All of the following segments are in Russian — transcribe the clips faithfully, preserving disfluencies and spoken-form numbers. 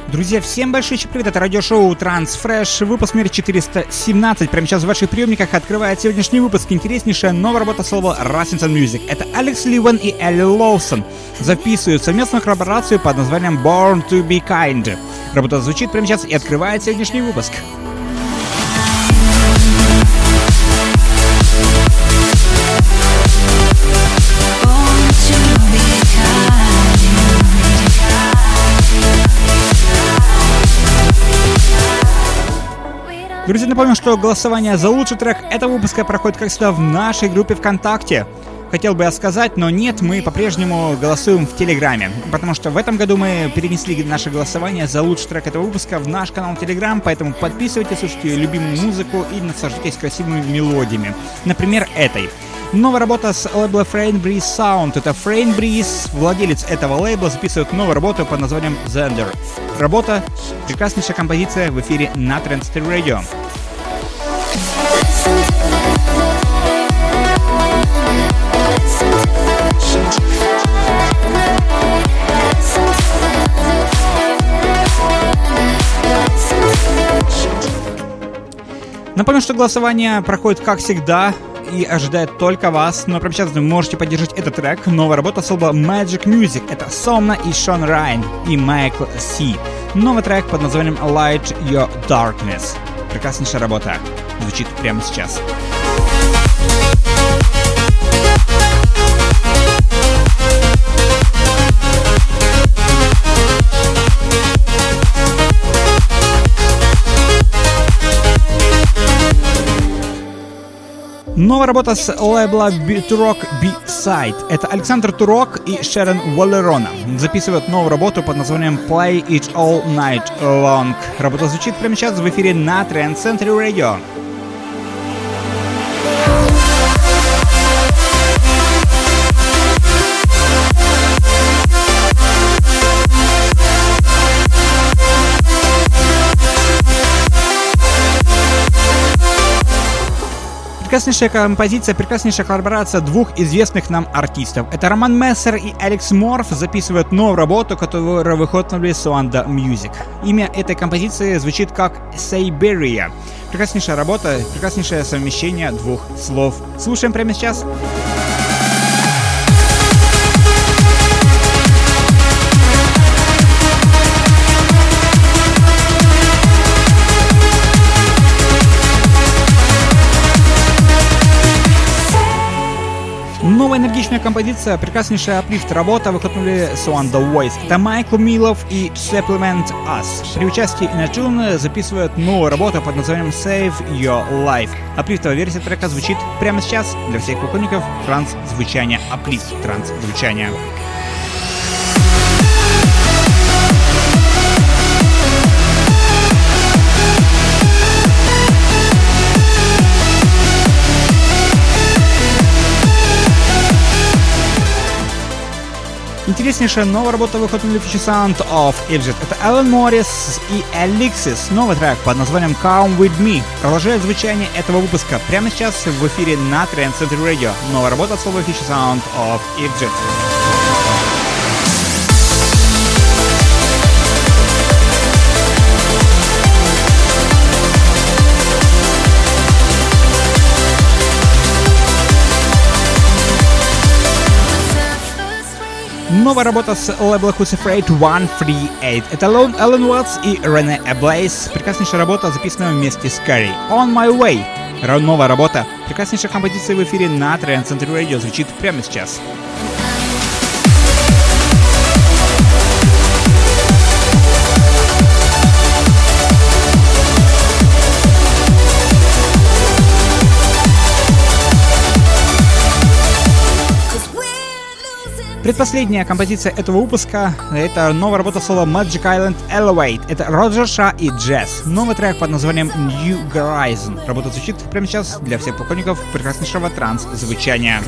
Друзья, всем большой привет, это радиошоу Transfresh, выпуск номер четыреста семнадцать. Прямо сейчас в ваших приемниках открывает сегодняшний выпуск интереснейшая новая работа слова Russington Music. Это Алекс Ливан и Элли Лоусон записывают совместную коллаборацию под названием Born to be Kind. Работа звучит прямо сейчас и открывает сегодняшний выпуск. Друзья, напомню, что голосование за лучший трек этого выпуска проходит, как всегда, в нашей группе ВКонтакте. Хотел бы я сказать, но нет, мы по-прежнему голосуем в Телеграме, потому что в этом году мы перенесли наше голосование за лучший трек этого выпуска в наш канал Телеграм, поэтому подписывайтесь, слушайте любимую музыку и наслаждайтесь красивыми мелодиями. Например, этой. Новая работа с лейбла Frame Breeze Sound. Это Frame Breeze, владелец этого лейбла, записывает новую работу под названием Zender. Работа, прекраснейшая композиция в эфире на Transistor Radio. Напомню, что голосование проходит, как всегда, и ожидает только вас. Но прямо сейчас вы можете поддержать этот трек. Новая работа с лейбла Magic Music. Это Сомна и Шон Райн и Майкл Си. Новый трек под названием Light Your Darkness. Прекраснейшая работа. Звучит прямо сейчас. Новая работа с лейбла Turok B-Side. Это Александр Турок и Шерон Валерона записывают новую работу под названием Play It All Night Long. Работа звучит прямо сейчас в эфире на Trend Century Radio. Прекраснейшая композиция, прекраснейшая коллаборация двух известных нам артистов. Это Роман Мессер и Алекс Морф записывают новую работу, которая выходит на Suanda Music. Имя этой композиции звучит как Siberia. Прекраснейшая работа, прекраснейшее совмещение двух слов. Слушаем прямо сейчас. Новая энергичная композиция, прекраснейшая аплифт работа выходнули Swan The Voice. Это Майкл Милов и Supplement Us. При участии Инатюн записывают новую работу под названием Save Your Life. Аплифтовая версия трека звучит прямо сейчас для всех поклонников транс-звучания. Аплифт транс-звучания. Интереснейшая новая работа выходит в Sound of Egypt. Это Алан Моррис и Alexis. Новый трек под названием Come With Me продолжает звучание этого выпуска прямо сейчас в эфире на Trend Century Radio. Новая работа от слова Sound of Egypt. Новая работа с лейбла Who's Afraid сто тридцать восемь. Это Алан Уотс и Рене Эблейс. Прекраснейшая работа, записанная вместе с Кэрри. On My Way. Новая работа. Прекраснейшая композиция в эфире на Trend Century Radio звучит прямо сейчас. Предпоследняя композиция этого выпуска — это новая работа соло Magic Island Elevate. Это Роджер Ша и Джесс. Новый трек под названием New Horizon. Работа звучит прямо сейчас для всех поклонников прекраснейшего транс-звучания.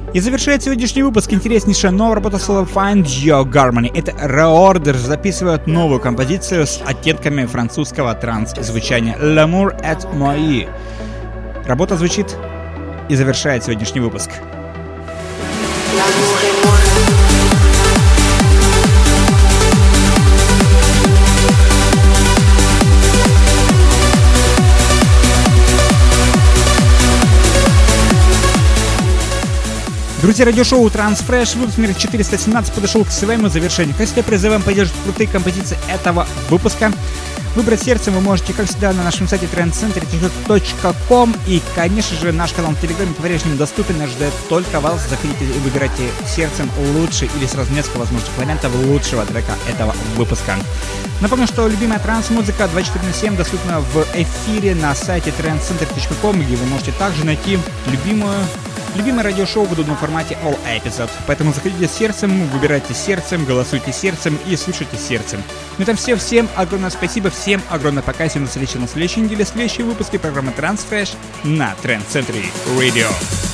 И завершает сегодняшний выпуск интереснейшая новая работа слова Find Your Harmony. Это Reorder записывают новую композицию с оттенками французского транс-звучания L'amour est moi. Работа звучит и завершает сегодняшний выпуск. L'amour est moi. Друзья, радиошоу Transfresh, выпуск номер четыреста семнадцать подошел к своему завершению. Как всегда, призываем поддерживать крутые композиции этого выпуска. Выбрать сердцем вы можете, как всегда, на нашем сайте тренд центр точка ком. И, конечно же, наш канал в Телеграме по-прежнему доступен, ожидает только вас. Заходите и выбирайте сердцем лучший или сразу несколько возможных вариантов лучшего трека этого выпуска. Напомню, что любимая транс-музыка двадцать четыре на семь доступна в эфире на сайте тренд центр точка ком, где вы можете также найти любимую Любимое радиошоу в удобном формате All Episode. Поэтому заходите сердцем, выбирайте сердцем, голосуйте сердцем и слушайте сердцем. На этом все. Всем огромное спасибо, всем огромное пока. Всем до встречи на следующей неделе. Следующие выпуски программы Transfresh на Тренд Центре Radio.